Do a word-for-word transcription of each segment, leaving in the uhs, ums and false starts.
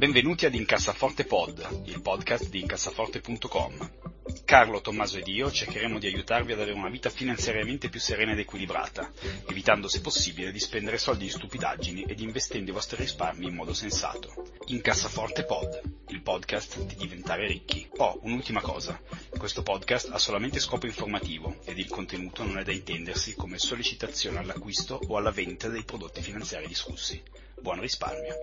Benvenuti ad Incassaforte Pod, il podcast di incassaforte punto com. Carlo, Tommaso ed io cercheremo di aiutarvi ad avere una vita finanziariamente più serena ed equilibrata, evitando se possibile di spendere soldi in stupidaggini ed investendo i vostri risparmi in modo sensato. Incassaforte Pod, il podcast di diventare ricchi. Oh, un'ultima cosa, questo podcast ha solamente scopo informativo ed il contenuto non è da intendersi come sollecitazione all'acquisto o alla vendita dei prodotti finanziari discussi. Buon risparmio!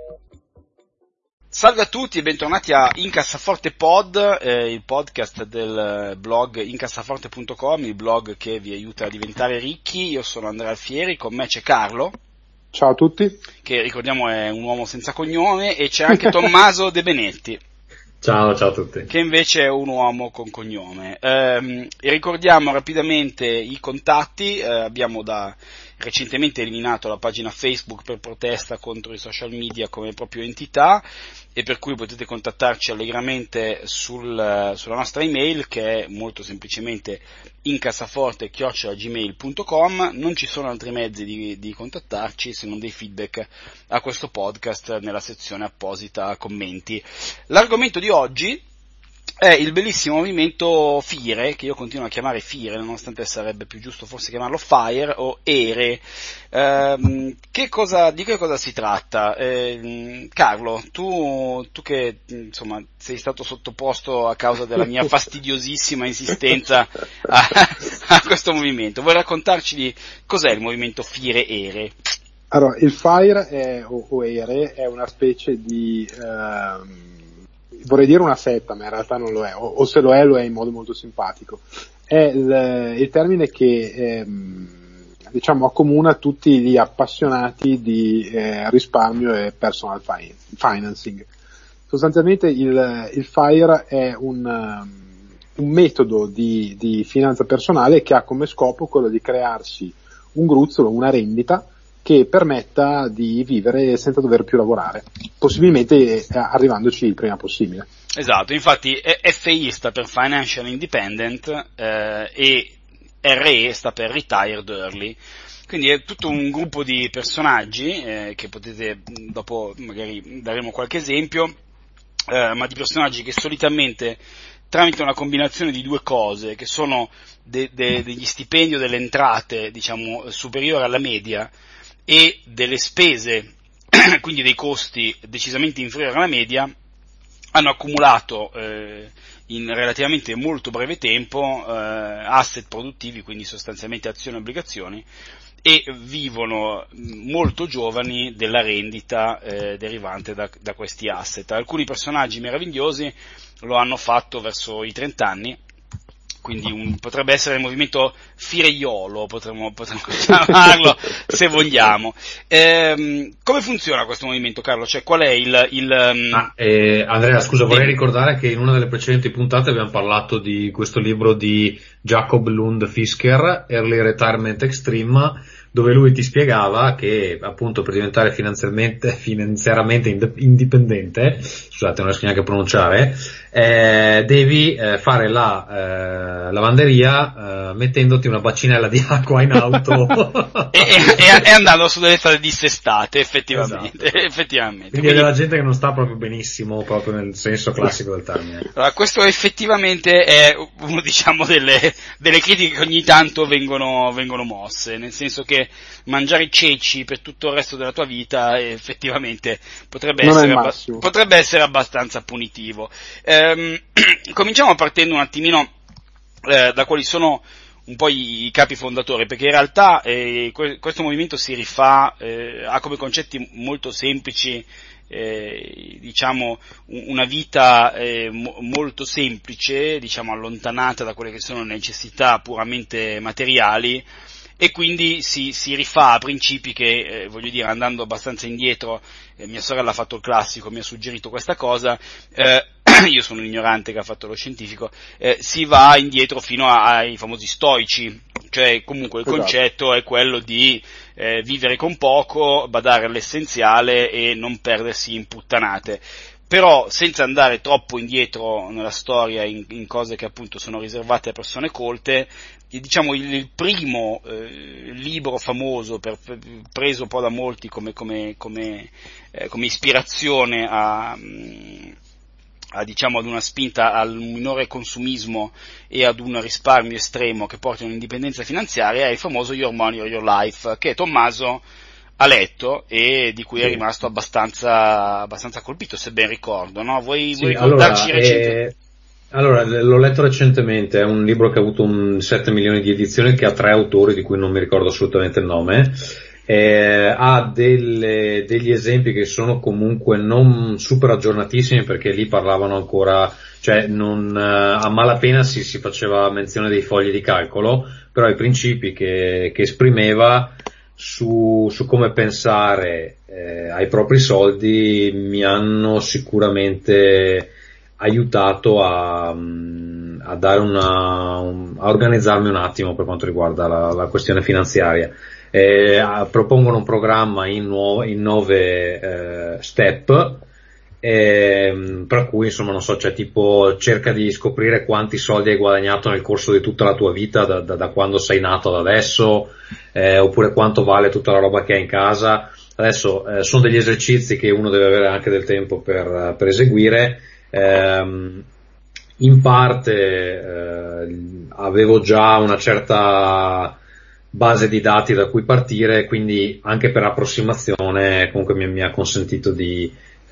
Salve a tutti e bentornati a Incassaforte Pod, eh, il podcast del blog incassaforte punto com, il blog che vi aiuta a diventare ricchi. Io sono Andrea Alfieri, con me c'è Carlo. Ciao a tutti. Che ricordiamo è un uomo senza cognome, e c'è anche Tommaso De Benetti. Ciao, ciao a tutti. Che invece è un uomo con cognome. Eh, ricordiamo rapidamente i contatti, eh, abbiamo da recentemente eliminato la pagina Facebook per protesta contro i social media come proprio entità, e per cui potete contattarci allegramente sul, sulla nostra email, che è molto semplicemente incassaforte chiocciola gmail punto com. Non ci sono altri mezzi di, di contattarci se non dei feedback a questo podcast nella sezione apposita commenti. L'argomento di oggi è il bellissimo movimento FIRE, che io continuo a chiamare FIRE, nonostante sarebbe più giusto forse chiamarlo FIRE o ERE. Ehm, che cosa, di che cosa si tratta? Ehm, Carlo, tu, tu che insomma sei stato sottoposto a causa della mia fastidiosissima insistenza a, a questo movimento, vuoi raccontarci di cos'è il movimento FIRE-ERE? Allora, il FIRE è, o, o ERE è una specie di... Ehm, vorrei dire una setta, ma in realtà non lo è, o, o se lo è, lo è in modo molto simpatico. È il, il termine che ehm, diciamo accomuna tutti gli appassionati di eh, risparmio e personal financing. Sostanzialmente il, il FIRE è un, um, un metodo di, di finanza personale che ha come scopo quello di crearsi un gruzzolo, una rendita, che permetta di vivere senza dover più lavorare, possibilmente arrivandoci il prima possibile. Esatto, infatti F I sta per Financial Independent eh, e R E sta per Retired Early, quindi è tutto un gruppo di personaggi eh, che potete, dopo magari daremo qualche esempio, eh, ma di personaggi che solitamente tramite una combinazione di due cose, che sono de- de- degli stipendi o delle entrate, diciamo, superiori alla media, e delle spese, quindi dei costi decisamente inferiori alla media, hanno accumulato eh, in relativamente molto breve tempo eh, asset produttivi, quindi sostanzialmente azioni e obbligazioni, e vivono molto giovani della rendita eh, derivante da, da questi asset. Alcuni personaggi meravigliosi lo hanno fatto verso i trenta anni, quindi un, potrebbe essere il movimento fireiolo, potremmo, potremmo chiamarlo se vogliamo. Ehm, come funziona questo movimento, Carlo? Cioè, qual è il... il ah, eh, Andrea, scusa, vorrei ricordare che in una delle precedenti puntate abbiamo parlato di questo libro di Jacob Lund Fisker, Early Retirement Extreme, dove lui ti spiegava che appunto per diventare finanziariamente, finanziariamente indipendente, scusate non riesco neanche a pronunciare, eh, devi eh, fare la eh, lavanderia eh, mettendoti una bacinella di acqua in auto e, e, e andando su delle strade dissestate, effettivamente. Esatto. effettivamente. Quindi, Quindi è della gente che non sta proprio benissimo, proprio nel senso classico del termine. Allora, questo effettivamente è uno, diciamo, delle, delle critiche che ogni tanto vengono, vengono mosse, nel senso che mangiare i ceci per tutto il resto della tua vita effettivamente potrebbe, essere, abbast- potrebbe essere abbastanza punitivo. Ehm, cominciamo partendo un attimino eh, da quali sono un po' i, i capi fondatori, perché in realtà eh, que- questo movimento si rifà, eh, ha come concetti molto semplici, eh, diciamo una vita eh, mo- molto semplice, diciamo allontanata da quelle che sono necessità puramente materiali, e quindi si, si rifà a principi che, eh, voglio dire, andando abbastanza indietro, eh, mia sorella ha fatto il classico, mi ha suggerito questa cosa, eh, io sono un ignorante che ha fatto lo scientifico, eh, si va indietro fino a, ai famosi stoici, cioè comunque il esatto. concetto è quello di eh, vivere con poco, badare all'essenziale e non perdersi in puttanate. Però senza andare troppo indietro nella storia in, in cose che appunto sono riservate a persone colte, diciamo il, il primo eh, libro famoso per, per, preso poi da molti come, come, come, eh, come ispirazione a, a, diciamo, ad una spinta al minore consumismo e ad un risparmio estremo che porta a un'indipendenza finanziaria è il famoso Your Money or Your Life, che Tommaso ha letto e di cui sì. è rimasto abbastanza, abbastanza colpito, se ben ricordo, no? Vuoi, sì, vuoi ricordarci allora, recentemente? Eh, allora, l'ho letto recentemente, è un libro che ha avuto un sette milioni di edizioni, che ha tre autori di cui non mi ricordo assolutamente il nome, eh, ha delle, degli esempi che sono comunque non super aggiornatissimi, perché lì parlavano ancora, cioè non, a malapena si, si faceva menzione dei fogli di calcolo, però i principi che, che esprimeva Su, su come pensare eh, ai propri soldi mi hanno sicuramente aiutato a, a dare una, un, a organizzarmi un attimo per quanto riguarda la, la questione finanziaria. Eh, a, propongono un programma in, nuo, in nove eh, step, eh, per cui insomma non so, cioè tipo cerca di scoprire quanti soldi hai guadagnato nel corso di tutta la tua vita, da, da, da quando sei nato ad adesso, eh, oppure quanto vale tutta la roba che hai in casa. Adesso eh, sono degli esercizi che uno deve avere anche del tempo per, per eseguire. Eh, in parte eh, avevo già una certa base di dati da cui partire, quindi anche per approssimazione comunque mi, mi ha consentito di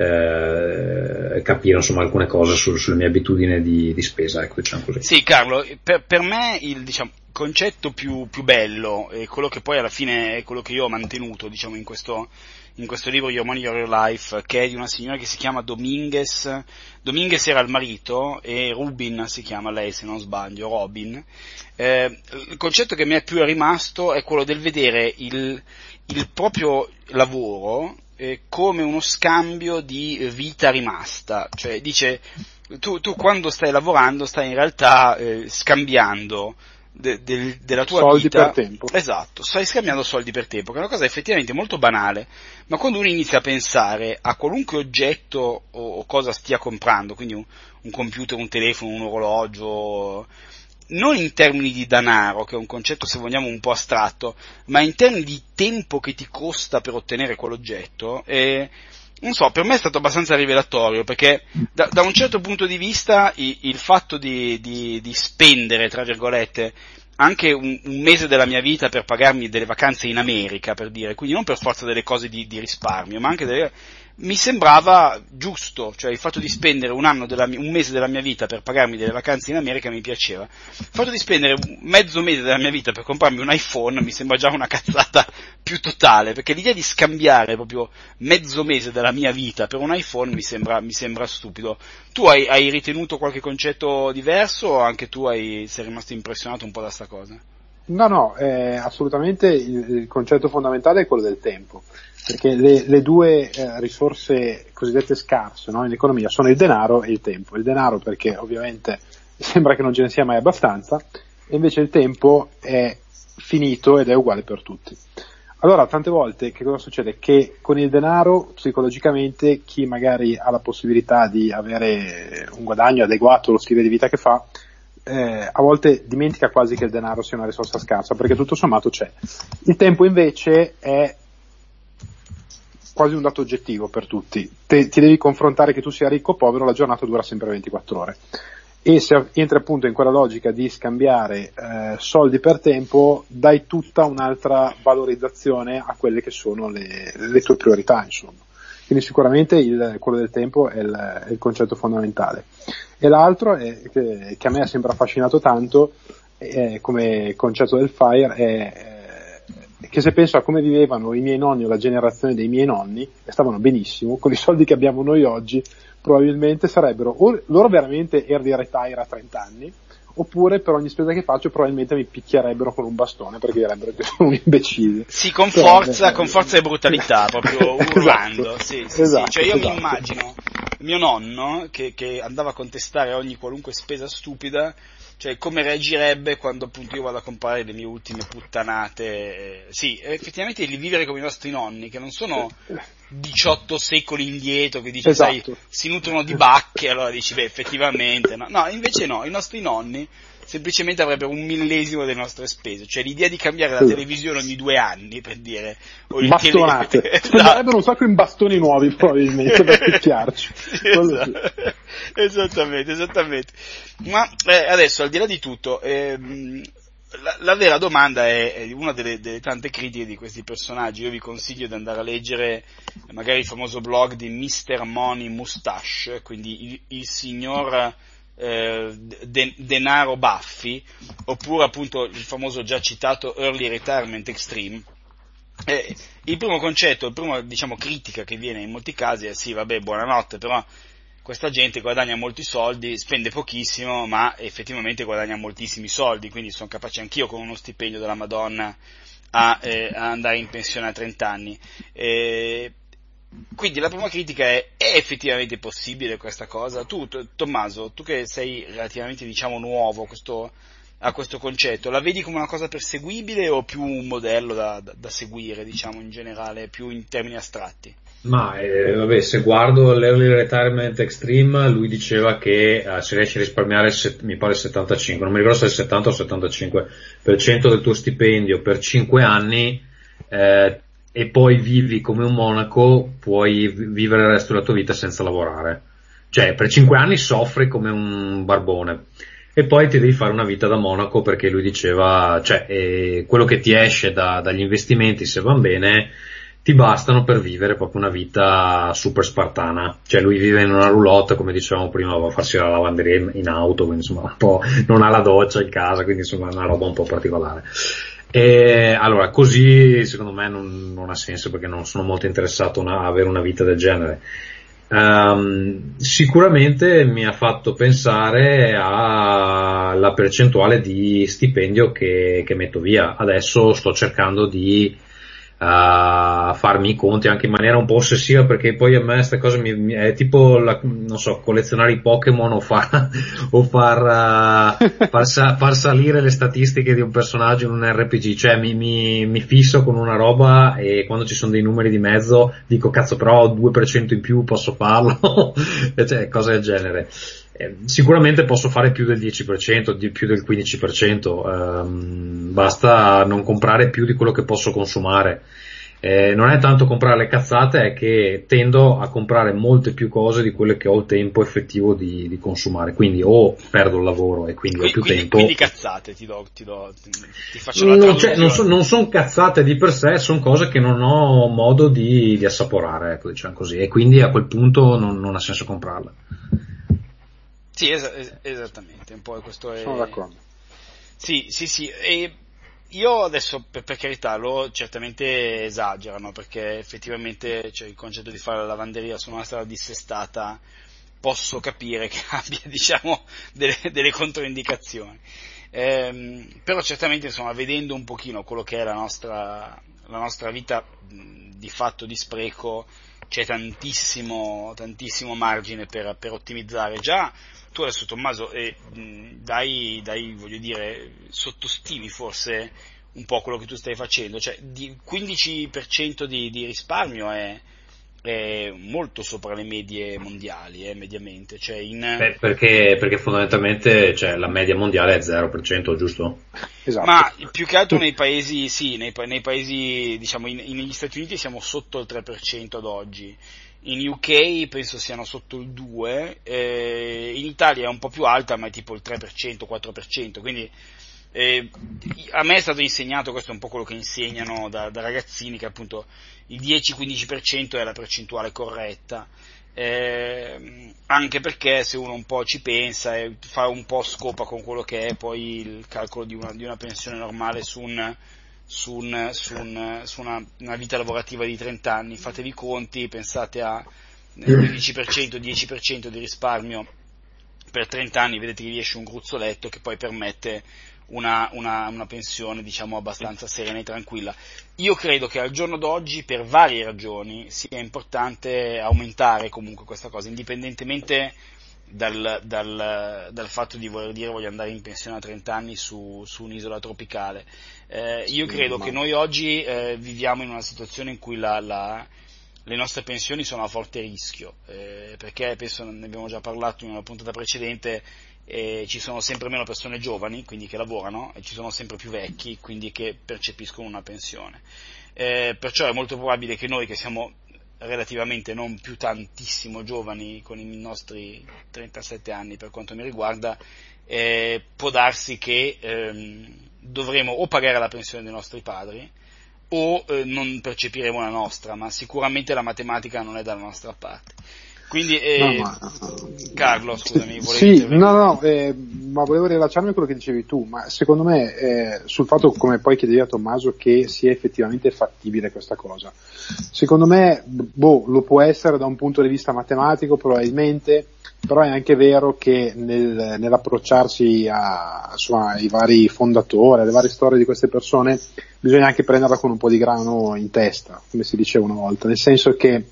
Eh, capire insomma alcune cose su, sulle mie abitudini di, di spesa, ecco, diciamo così. Sì, Carlo, per, per me il diciamo, concetto più, più bello e quello che poi alla fine è quello che io ho mantenuto, diciamo, in questo, in questo libro Your Money Your Life, che è di una signora che si chiama Dominguez. Dominguez era il marito e Rubin si chiama lei, se non sbaglio, Robin. Eh, il concetto che mi è più rimasto è quello del vedere il, il proprio lavoro Eh, come uno scambio di vita rimasta, cioè dice tu, tu quando stai lavorando stai in realtà eh, scambiando de, de, della tua soldi vita, per tempo. Esatto, stai scambiando soldi per tempo, che è una cosa effettivamente molto banale, ma quando uno inizia a pensare a qualunque oggetto o, o cosa stia comprando, quindi un, un computer, un telefono, un orologio, non in termini di denaro, che è un concetto se vogliamo un po' astratto, ma in termini di tempo che ti costa per ottenere quell'oggetto, e, non so, per me è stato abbastanza rivelatorio, perché da, da un certo punto di vista il, il fatto di, di, di spendere, tra virgolette, anche un, un mese della mia vita per pagarmi delle vacanze in America, per dire, quindi non per forza delle cose di, di risparmio, ma anche delle... mi sembrava giusto, cioè il fatto di spendere un anno della mia, un mese della mia vita per pagarmi delle vacanze in America mi piaceva. Il fatto di spendere mezzo mese della mia vita per comprarmi un iPhone mi sembra già una cazzata più totale, perché l'idea di scambiare proprio mezzo mese della mia vita per un iPhone mi sembra, mi sembra stupido. Tu hai, hai ritenuto qualche concetto diverso o anche tu hai, sei rimasto impressionato un po' da sta cosa? No, no, eh, assolutamente il, il concetto fondamentale è quello del tempo, perché le, le due eh, risorse cosiddette scarse, no, in economia sono il denaro e il tempo. Il denaro perché ovviamente sembra che non ce ne sia mai abbastanza, e invece il tempo è finito ed è uguale per tutti. Allora, tante volte che cosa succede? Che con il denaro psicologicamente chi magari ha la possibilità di avere un guadagno adeguato allo stile di vita che fa, Eh, a volte dimentica quasi che il denaro sia una risorsa scarsa, perché tutto sommato c'è. Il tempo invece è quasi un dato oggettivo per tutti. Te, ti devi confrontare che tu sia ricco o povero, la giornata dura sempre ventiquattro ore. E se entri appunto in quella logica di scambiare eh, soldi per tempo, dai tutta un'altra valorizzazione a quelle che sono le, le tue priorità, insomma. Quindi sicuramente il, quello del tempo è il, è il concetto fondamentale. E l'altro è che, che a me ha sempre affascinato tanto, è, come concetto del FIRE, è, è che se penso a come vivevano i miei nonni o la generazione dei miei nonni, e stavano benissimo, con i soldi che abbiamo noi oggi, probabilmente sarebbero, o loro veramente early retire a trenta anni, oppure per ogni spesa che faccio probabilmente mi picchierebbero con un bastone perché direbbero che sono un imbecille. Sì, con forza, con forza e brutalità, proprio urlando. Esatto, sì, sì, esatto, sì. Cioè io esatto. mi immagino mio nonno, che, che andava a contestare ogni qualunque spesa stupida, cioè come reagirebbe quando appunto io vado a comprare le mie ultime puttanate. Eh, sì, effettivamente di vivere come i nostri nonni, che non sono diciotto secoli indietro, che dici, esatto. sai, si nutrono di bacche, allora dici, beh, effettivamente, no, no, invece no, i nostri nonni semplicemente avrebbero un millesimo delle nostre spese, cioè l'idea di cambiare la televisione ogni due anni, per dire, o il bastonate, tele... spenderebbero un sacco in bastoni nuovi probabilmente per picchiarci. Esatto. Esattamente, esattamente. Ma eh, adesso, al di là di tutto, ehm, la, la vera domanda è, è una delle, delle tante critiche di questi personaggi. Io vi consiglio di andare a leggere magari il famoso blog di mister Money Mustache, quindi il, il signor eh, de, Denaro Baffi, oppure appunto il famoso già citato Early Retirement Extreme. Eh, il primo concetto, il primo, diciamo, critica che viene in molti casi è sì, vabbè, buonanotte, però questa gente guadagna molti soldi, spende pochissimo, ma effettivamente guadagna moltissimi soldi, quindi sono capace anch'io con uno stipendio della Madonna a, eh, a andare in pensione a trenta anni. Eh, quindi la prima critica è: è effettivamente possibile questa cosa? Tu, Tommaso, tu che sei relativamente, diciamo, nuovo a questo, a questo concetto, la vedi come una cosa perseguibile o più un modello da, da, da seguire, diciamo, in generale, più in termini astratti? Ma eh, vabbè, se guardo l'Early Retirement Extreme, lui diceva che eh, se riesci a risparmiare, set, mi pare il settantacinque, non mi ricordo se è il settanta o il settantacinque per cento del tuo stipendio per cinque anni, eh, e poi vivi come un monaco, puoi vivere il resto della tua vita senza lavorare. Cioè, per cinque anni soffri come un barbone. E poi ti devi fare una vita da monaco, perché lui diceva, cioè, eh, quello che ti esce da, dagli investimenti, se van bene, ti bastano per vivere proprio una vita super spartana. Cioè lui vive in una roulotte, come dicevamo prima, va a farsi la lavanderia in auto, quindi insomma un po' non ha la doccia in casa, quindi insomma è una roba un po' particolare. E allora così secondo me non, non ha senso, perché non sono molto interessato a avere una vita del genere. Um, sicuramente mi ha fatto pensare alla percentuale di stipendio che, che metto via. Adesso sto cercando di a farmi i conti anche in maniera un po' ossessiva, perché poi a me queste cose mi, mi, è tipo la, non so, collezionare i Pokémon o far o far, uh, far, sa, far salire le statistiche di un personaggio in un R P G, cioè mi, mi, mi fisso con una roba e quando ci sono dei numeri di mezzo dico cazzo, però ho due per cento in più, posso farlo cioè cose del genere. Eh, sicuramente posso fare più del dieci per cento, di più del quindici per cento, ehm, basta non comprare più di quello che posso consumare. Eh, non è tanto comprare le cazzate, è che tendo a comprare molte più cose di quelle che ho il tempo effettivo di, di consumare, quindi o perdo il lavoro e quindi Qui, ho più quindi, tempo. Quindi cazzate, ti do, ti do, ti, ti faccio la non, cioè, non, so, non sono cazzate di per sé, sono cose che non ho modo di, di assaporare, ecco, diciamo così, e quindi a quel punto non, non ha senso comprarle. Sì, es- es- esattamente, un po' questo è... Sono d'accordo. Sì, sì, sì, e io adesso, per, per carità, loro certamente esagerano, perché effettivamente, cioè, il concetto di fare la lavanderia su una strada dissestata posso capire che abbia, diciamo, delle, delle controindicazioni. Ehm, però certamente, insomma, vedendo un pochino quello che è la nostra, la nostra vita mh, di fatto di spreco, c'è tantissimo, tantissimo margine per, per ottimizzare. Già tu adesso, Tommaso, eh, dai, dai, voglio dire, sottostimi forse un po' quello che tu stai facendo, cioè di quindici per cento di, di risparmio è, è molto sopra le medie mondiali, eh, mediamente. Cioè in... Beh, perché, perché fondamentalmente, cioè, la media mondiale è zero per cento, giusto? Esatto. Ma più che altro nei paesi, sì, nei, nei paesi, diciamo, in, negli Stati Uniti siamo sotto il tre per cento ad oggi. In U K penso siano sotto il due per cento, eh, in Italia è un po' più alta, ma è tipo il tre per cento, quattro per cento, quindi eh, a me è stato insegnato, questo è un po' quello che insegnano da, da ragazzini, che appunto il dieci-quindici per cento è la percentuale corretta, eh, anche perché se uno un po' ci pensa e fa un po' scopa con quello che è poi il calcolo di una, di una pensione normale su un... su, un, su, un, su una, una vita lavorativa di trenta anni, fatevi i conti, pensate a quindici per cento, dieci per cento di risparmio per trenta anni, vedete che vi esce un gruzzoletto che poi permette una, una, una pensione, diciamo, abbastanza serena e tranquilla. Io credo che al giorno d'oggi, per varie ragioni, sia importante aumentare comunque questa cosa, indipendentemente dal, dal, dal fatto di voler dire voglio andare in pensione a trenta anni su, su un'isola tropicale. Eh, io credo che noi oggi eh, viviamo in una situazione in cui la, la, le nostre pensioni sono a forte rischio, eh, perché penso, ne abbiamo già parlato in una puntata precedente, eh, ci sono sempre meno persone giovani, quindi che lavorano, e ci sono sempre più vecchi, quindi che percepiscono una pensione. Eh, perciò è molto probabile che noi, che siamo relativamente non più tantissimo giovani con i nostri trentasette anni per quanto mi riguarda, eh, può darsi che ehm, dovremo o pagare la pensione dei nostri padri o eh, non percepiremo la nostra, ma sicuramente la matematica non è dalla nostra parte. Quindi, eh, no, ma... Carlo, scusami, volevi sì, no, no, eh, ma volevo riallacciarmi a quello che dicevi tu, ma secondo me eh, sul fatto, come poi chiedevi a Tommaso, che sia effettivamente fattibile questa cosa, secondo me, boh, lo può essere da un punto di vista matematico probabilmente, però è anche vero che nel, nell'approcciarsi a, insomma, ai vari fondatori, alle varie storie di queste persone, bisogna anche prenderla con un po' di grano in testa, come si diceva una volta, nel senso che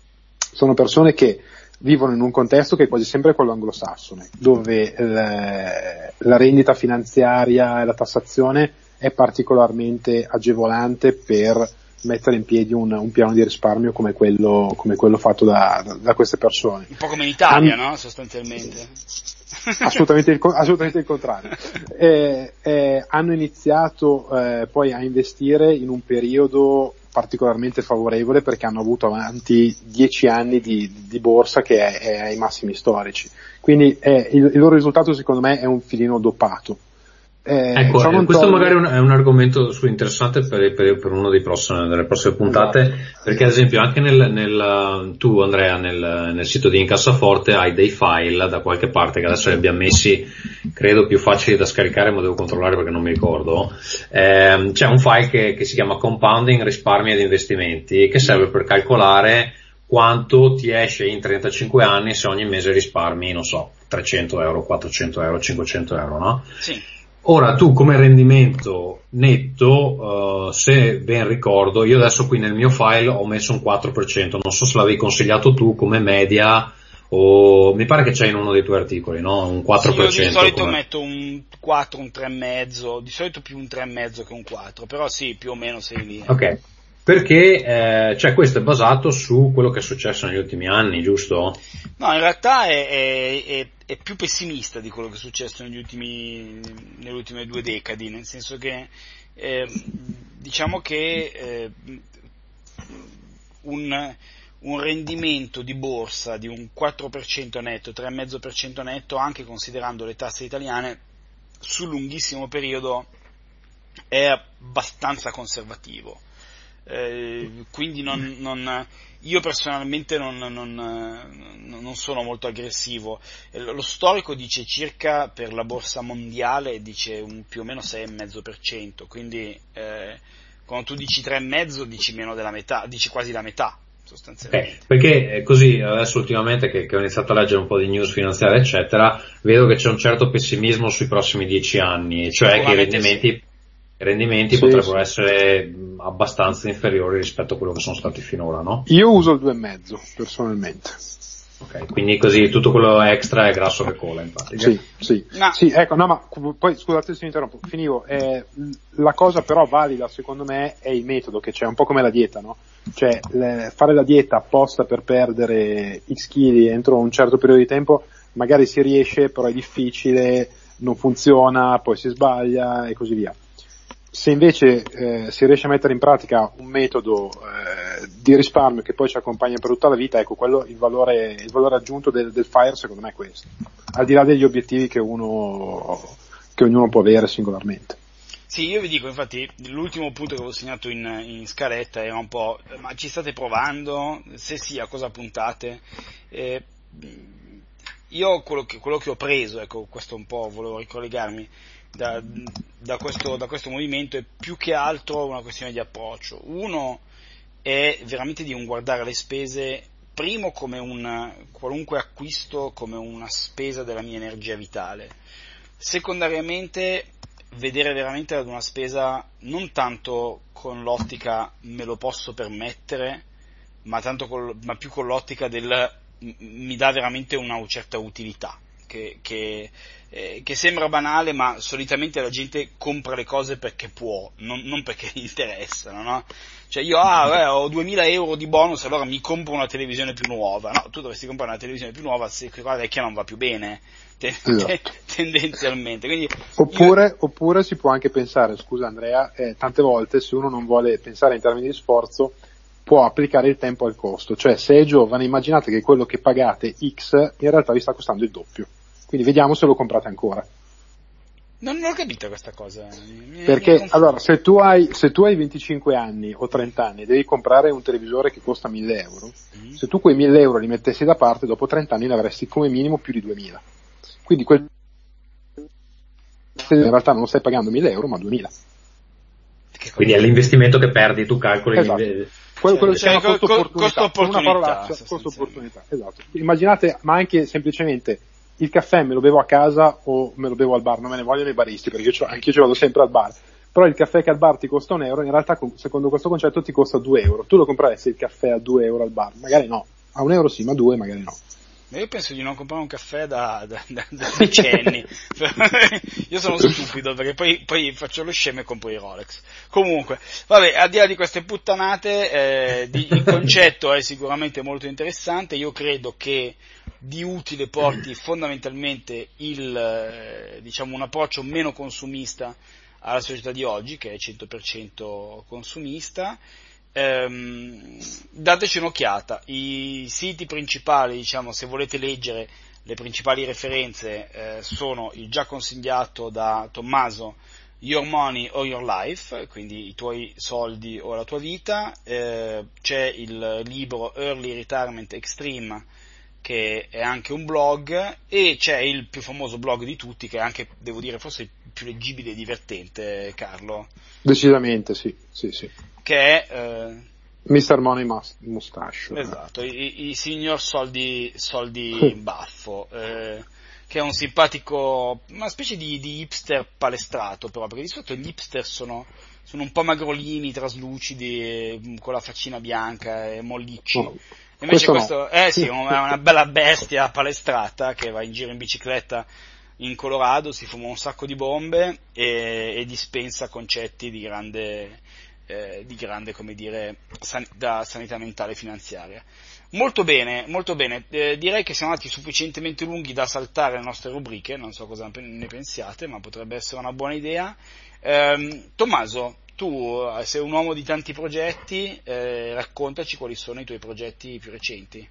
sono persone che vivono in un contesto che è quasi sempre quello anglosassone, dove le, la rendita finanziaria e la tassazione è particolarmente agevolante per mettere in piedi un, un piano di risparmio come quello, come quello fatto da, da, da queste persone. Un po' come in Italia, An- no? Sostanzialmente. Assolutamente il, assolutamente il contrario. Eh, eh, hanno iniziato eh, poi a investire in un periodo particolarmente favorevole perché hanno avuto avanti dieci anni di, di borsa che è, è ai massimi storici, quindi eh, il, il loro risultato secondo me è un filino dopato. Eh, ecco, eh, questo toglie... magari è un, è un argomento su interessante per, per, per uno dei prossimi, delle prossime puntate, esatto. Perché ad esempio anche nel, nel tu Andrea nel, nel sito di Incassaforte hai dei file da qualche parte che adesso li abbiamo messi, credo più facili da scaricare, ma devo controllare perché non mi ricordo. Eh, c'è un file che, che si chiama Compounding Risparmi ed Investimenti, che serve per calcolare quanto ti esce in trentacinque anni se ogni mese risparmi, non so, trecento euro, quattrocento euro, cinquecento euro, no? Sì. Ora tu come rendimento netto, uh, se ben ricordo, io adesso qui nel mio file ho messo un quattro per cento, non so se l'avevi consigliato tu come media o mi pare che c'è in uno dei tuoi articoli, no? Un quattro per cento. Sì, io di solito come... metto un quattro, un tre virgola cinque, di solito più un tre virgola cinque che un quattro, però sì, più o meno sei lì. Ok. Perché, eh, cioè questo è basato su quello che è successo negli ultimi anni, giusto? No, in realtà è, è, è, è più pessimista di quello che è successo negli ultimi, nelle ultime due decadi, nel senso che, eh, diciamo che eh, un, un rendimento di borsa di un quattro per cento netto, tre virgola cinque per cento netto, anche considerando le tasse italiane, sul lunghissimo periodo è abbastanza conservativo. Eh, quindi non, non, io personalmente non, non, non sono molto aggressivo. Lo storico dice circa, per la borsa mondiale dice un, più o meno sei virgola cinque per cento, quindi eh, quando tu dici tre virgola cinque dici meno della metà, dici quasi la metà sostanzialmente. Eh, perché così adesso ultimamente che, che ho iniziato a leggere un po' di news finanziarie eccetera, vedo che c'è un certo pessimismo sui prossimi dieci anni, cioè che i rendimenti sì. I rendimenti sì, potrebbero sì. essere abbastanza inferiori rispetto a quello che sono stati finora, no? Io uso il due virgola cinque personalmente. Ok, quindi così tutto quello extra è grasso che cola in pratica. Sì, sì. No. Sì, ecco, no, ma poi scusate se mi interrompo, finivo. Eh, la cosa però valida secondo me è il metodo che c'è, un po' come la dieta, no? Cioè le, fare la dieta apposta per perdere X chili entro un certo periodo di tempo, magari si riesce, però è difficile, non funziona, poi si sbaglia e così via. Se invece eh, si riesce a mettere in pratica un metodo eh, di risparmio che poi ci accompagna per tutta la vita, ecco, quello il valore, il valore aggiunto del, del FIRE secondo me è questo, al di là degli obiettivi che uno che ognuno può avere singolarmente. Sì, io vi dico, infatti, l'ultimo punto che avevo segnato in, in scaletta era un po', ma ci state provando? Se sì, a cosa puntate? Eh, io quello che, quello che ho preso, ecco, questo un po' volevo ricollegarmi, Da, da, questo, da questo movimento è più che altro una questione di approccio. Uno è veramente di non guardare le spese, primo come un qualunque acquisto come una spesa della mia energia vitale, secondariamente vedere veramente ad una spesa non tanto con l'ottica me lo posso permettere, ma, tanto col, ma più con l'ottica del mi dà veramente una certa utilità, che, che, eh, che sembra banale, ma solitamente la gente compra le cose perché può, non, non perché gli interessano, no? Cioè io ah, beh, ho duemila euro di bonus, allora mi compro una televisione più nuova. No, tu dovresti comprare una televisione più nuova se quella vecchia non va più bene, te, te, tendenzialmente. Quindi oppure, io... oppure si può anche pensare, scusa Andrea, eh, tante volte se uno non vuole pensare in termini di sforzo, può applicare il tempo al costo. Cioè se è giovane, immaginate che quello che pagate X in realtà vi sta costando il doppio. Quindi vediamo se lo comprate ancora. Non, non ho capito questa cosa. Mi, Perché mi allora se tu hai se tu hai venticinque anni o trenta anni, devi comprare un televisore che costa mille euro. Mm. Se tu quei mille euro li mettessi da parte, dopo trenta anni ne avresti come minimo più di duemila. Quindi quel in realtà non stai pagando mille euro ma duemila. Quindi è l'investimento che perdi, tu calcoli. Esatto. Quello, quello cioè, che si chiama co- costo opportunità. Costo opportunità, una parolaccia, costo opportunità. Esatto. Immaginate, ma anche semplicemente il caffè me lo bevo a casa o me lo bevo al bar, non me ne vogliono i baristi perché io anch'io ci vado sempre al bar, però il caffè che al bar ti costa un euro, in realtà secondo questo concetto ti costa due euro. Tu lo compreresti il caffè a due euro al bar? Magari no, a un euro sì, ma due magari no. Io penso di non comprare un caffè da, da, da, da decenni. Io sono stupido perché poi, poi faccio lo scemo e compro i Rolex. Comunque, vabbè, al di là di queste puttanate, eh, di, il concetto è sicuramente molto interessante. Io credo che di utile porti fondamentalmente il, eh, diciamo, un approccio meno consumista alla società di oggi, che è cento per cento consumista. Ehm, dateci un'occhiata, i siti principali, diciamo, se volete leggere le principali referenze, eh, sono il già consigliato da Tommaso Your Money or Your Life, quindi i tuoi soldi o la tua vita, eh, c'è il libro Early Retirement Extreme, che è anche un blog, e c'è il più famoso blog di tutti, che è anche, devo dire, forse il più leggibile e divertente, Carlo. Decisamente sì, sì, sì. Che è eh, mister Money Mustache. Esatto, i, i signor soldi, soldi in baffo, eh, che è un simpatico, una specie di, di hipster palestrato, però, perché di solito gli hipster sono, sono un po' magrolini, traslucidi, e, con la faccina bianca e mollicci. No, invece questo, questo no. eh sì, è una bella bestia palestrata che va in giro in bicicletta in Colorado, si fuma un sacco di bombe e, e dispensa concetti di grande, eh, di grande, come dire, san, da sanità mentale e finanziaria. Molto bene, molto bene, eh, direi che siamo andati sufficientemente lunghi da saltare le nostre rubriche, non so cosa ne pensiate, ma potrebbe essere una buona idea. Eh, Tommaso, tu sei un uomo di tanti progetti, eh, raccontaci quali sono i tuoi progetti più recenti.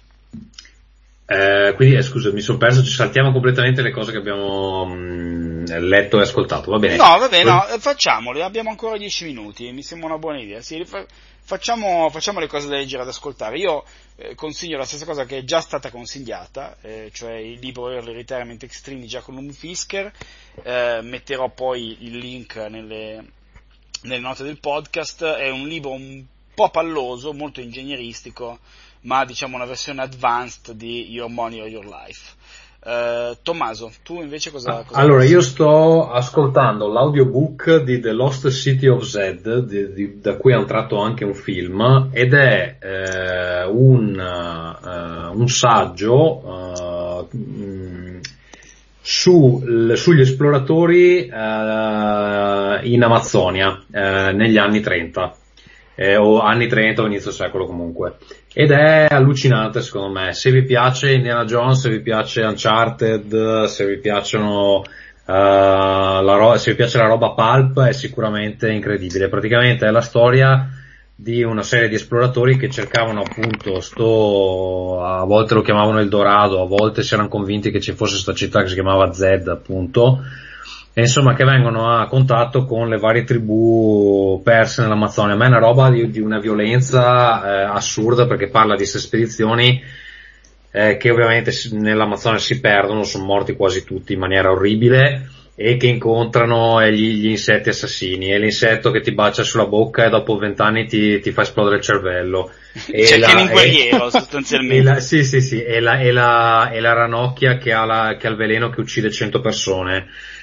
Eh, quindi, eh, scusa, mi sono perso, ci saltiamo completamente le cose che abbiamo mh, letto e ascoltato, va bene? No, va bene, no, facciamole, abbiamo ancora dieci minuti, mi sembra una buona idea, sì, fa, facciamo, facciamo le cose da leggere, ad ascoltare. Io eh, consiglio la stessa cosa che è già stata consigliata, eh, cioè il libro Early Retirement Extreme di Giacomo Fisker, eh, metterò poi il link nelle, nelle note del podcast. È un libro un po' palloso, molto ingegneristico, ma diciamo una versione advanced di Your Money or Your Life. Uh, Tommaso, tu invece cosa, cosa allora pensi? Io sto ascoltando l'audiobook di The Lost City of Zed, di, di, da cui hanno tratto anche un film, ed è eh, un, uh, un saggio uh, su, l, sugli esploratori uh, in Amazzonia uh, negli anni trenta. Eh, o anni trenta o inizio secolo comunque, ed è allucinante secondo me. Se vi piace Indiana Jones, se vi piace Uncharted, se vi piacciono uh, la ro- se vi piace la roba pulp, è sicuramente incredibile. Praticamente è la storia di una serie di esploratori che cercavano appunto sto, a volte lo chiamavano El Dorado, a volte si erano convinti che ci fosse questa città che si chiamava Zed appunto, e insomma che vengono a contatto con le varie tribù perse nell'Amazzonia. A me è una roba di, di una violenza eh, assurda, perché parla di queste spedizioni eh, che ovviamente nell'Amazzonia si perdono, sono morti quasi tutti in maniera orribile, e che incontrano gli, gli insetti assassini, e l'insetto che ti bacia sulla bocca e dopo vent'anni ti, ti fa esplodere il cervello. E cioè la, che è un guerriero, sostanzialmente. E la, sì, sì, sì, e la, e la, e la ranocchia che ha, la, che ha il veleno che uccide cento persone.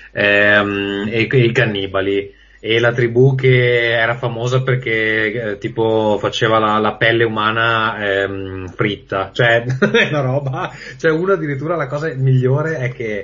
ehm, e, e i cannibali. E la tribù che era famosa perché eh, tipo faceva la, la pelle umana ehm, fritta, cioè è una roba, cioè uno addirittura la cosa migliore è che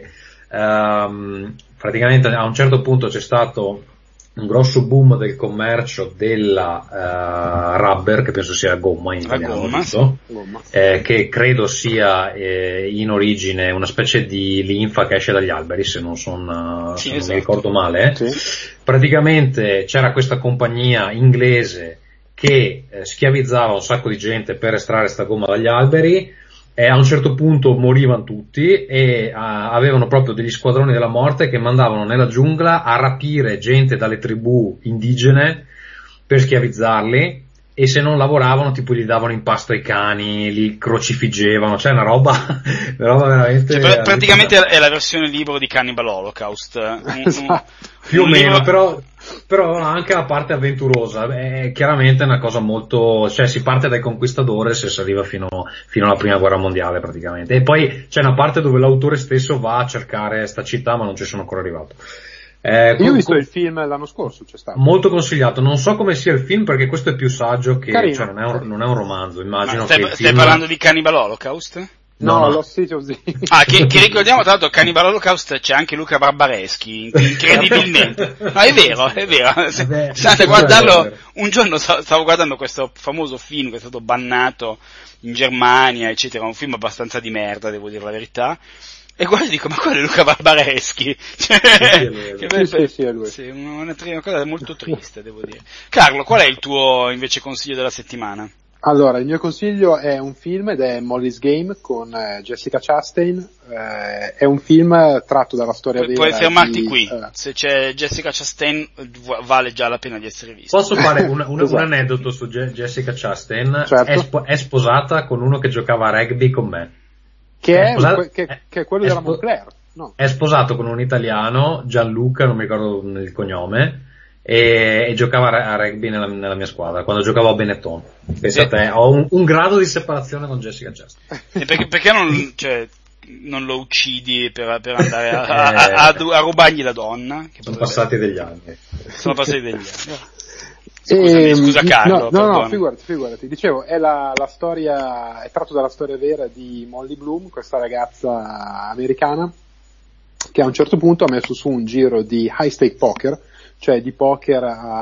ehm, praticamente a un certo punto c'è stato un grosso boom del commercio della uh, rubber, che penso sia gomma in italiano, gomma, giusto? Gomma. Eh, che credo sia eh, in origine una specie di linfa che esce dagli alberi, se non, son, sì, se esatto. non mi ricordo male. Sì. Praticamente c'era questa compagnia inglese che eh, schiavizzava un sacco di gente per estrarre sta gomma dagli alberi. E a un certo punto morivano tutti e uh, avevano proprio degli squadroni della morte che mandavano nella giungla a rapire gente dalle tribù indigene per schiavizzarli, e se non lavoravano tipo gli davano in pasto ai cani, li crocifiggevano, cioè una roba, una roba veramente... Cioè, praticamente è la versione libero di Cannibal Holocaust. Un, un, più o meno, libro... però... Però anche la parte avventurosa è chiaramente una cosa molto, cioè si parte dai conquistadores e si arriva fino, fino alla prima guerra mondiale praticamente, e poi c'è una parte dove l'autore stesso va a cercare sta città, ma non ci sono ancora arrivato. Eh, Io ho visto il film l'anno scorso, c'è stato. Molto consigliato, non so come sia il film perché questo è più saggio che, Carino. cioè non è un, non è un romanzo, immagino. stai, che il stai film... parlando di Cannibal Holocaust? No, No, no. lo City of the... Ah, che, che ricordiamo tra l'altro Cannibal Holocaust c'è anche Luca Barbareschi, incredibilmente. No, è vero, è vero. Se, Vabbè, se andate a è guardarlo, vero. un giorno stavo guardando questo famoso film che è stato bannato in Germania, eccetera, un film abbastanza di merda, devo dire la verità. E guarda e dico, ma quello è Luca Barbareschi. Cioè, Sì, che sì, sì, sì, è lui. sì, una, una cosa molto triste, devo dire. Carlo, qual è il tuo invece consiglio della settimana? Allora, il mio consiglio è un film ed è Molly's Game con eh, Jessica Chastain. Eh, è un film tratto dalla storia Pu- vera. Puoi fermarti di, qui, eh, se c'è Jessica Chastain v- vale già la pena di essere visto. Posso fare un, un, Esatto. un aneddoto su Je- Jessica Chastain? Certo. È, spo- è sposata con uno che giocava a rugby con me. che, È è, sposato- que- che, è- che è quello è della spo- Moncler. No. È sposato con un italiano, Gianluca, non mi ricordo il cognome, e, e giocava a, a rugby nella, nella mia squadra, quando giocavo a Benetton. Pensa a te, ho un, un grado di separazione con Jessica Chastain. E perché, perché non, cioè, non lo uccidi per, per andare a, a, a, a, a rubargli la donna? Che Sono potrebbe- passati degli anni. Sono passati degli anni. Scusami, Ehm, scusa Carlo, no, no, perdona. no, figurati, figurati. Dicevo, è la, la storia, è tratto dalla storia vera di Molly Bloom, questa ragazza americana che a un certo punto ha messo su un giro di high stake poker, cioè di poker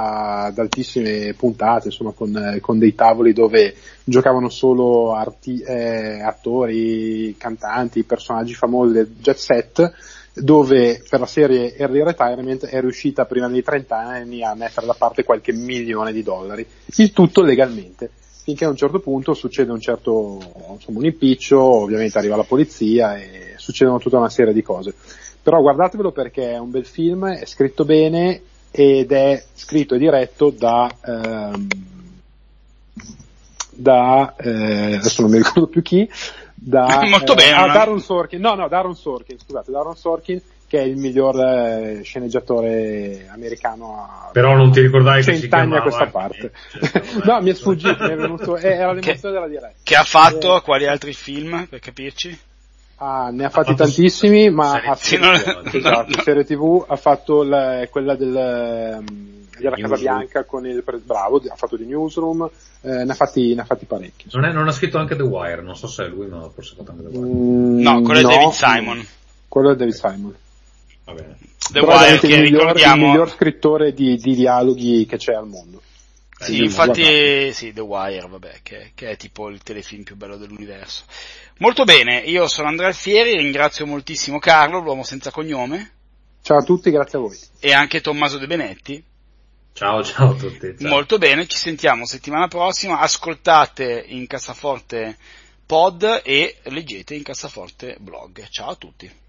ad altissime puntate, insomma, con, con dei tavoli dove giocavano solo arti, eh, attori, cantanti, personaggi famosi del jet set, dove per la serie Early Retirement è riuscita prima dei trenta anni a mettere da parte qualche milione di dollari, il tutto legalmente, finché a un certo punto succede un certo, insomma, un impiccio, ovviamente arriva la polizia e succedono tutta una serie di cose. Però guardatevelo perché è un bel film, è scritto bene ed è scritto e diretto da ehm, da eh, adesso non mi ricordo più chi, da Molto eh, bene, ah, no? Darren Sorkin, no no Darren Sorkin, scusate, Darren Sorkin, che è il miglior eh, sceneggiatore americano a Però non ti ricordavi che si cent'anni a chiamava questa parte. Cioè, No, mi è sfuggito, mi è venuto, eh, era Che- l'emozione della diretta. Che ha fatto? Eh, Quali altri film, per capirci? Ah, ne ha fatti fatto tantissimi, ma serie ha Sì, T V, non- no, esatto, no. serie tivù, ha fatto la- quella del, ehm, della Casa Newsroom. Bianca con il pre- bravo, ha fatto di Newsroom, eh, ne ha fatti, ne ha fatti parecchi. Non, è, non ha scritto anche The Wire, non so se è lui, ma forse ha fatto anche The Wire. Mm, No, quello è David Simon. Quello è David Simon. Va bene. The Però è Wire, veramente che il miglior, il ricordiamo... miglior scrittore di, di dialoghi che c'è al mondo. Sì, Eh, infatti, guardate. sì, The Wire, vabbè, che, che è tipo il telefilm più bello dell'universo. Molto bene, io sono Andrea Alfieri, ringrazio moltissimo Carlo, l'uomo senza cognome, Ciao a tutti, grazie a voi. e anche Tommaso De Benetti. Ciao, ciao a tutti. Ciao. Molto bene, ci sentiamo settimana prossima, ascoltate in Cassaforte Pod e leggete in Cassaforte Blog. Ciao a tutti.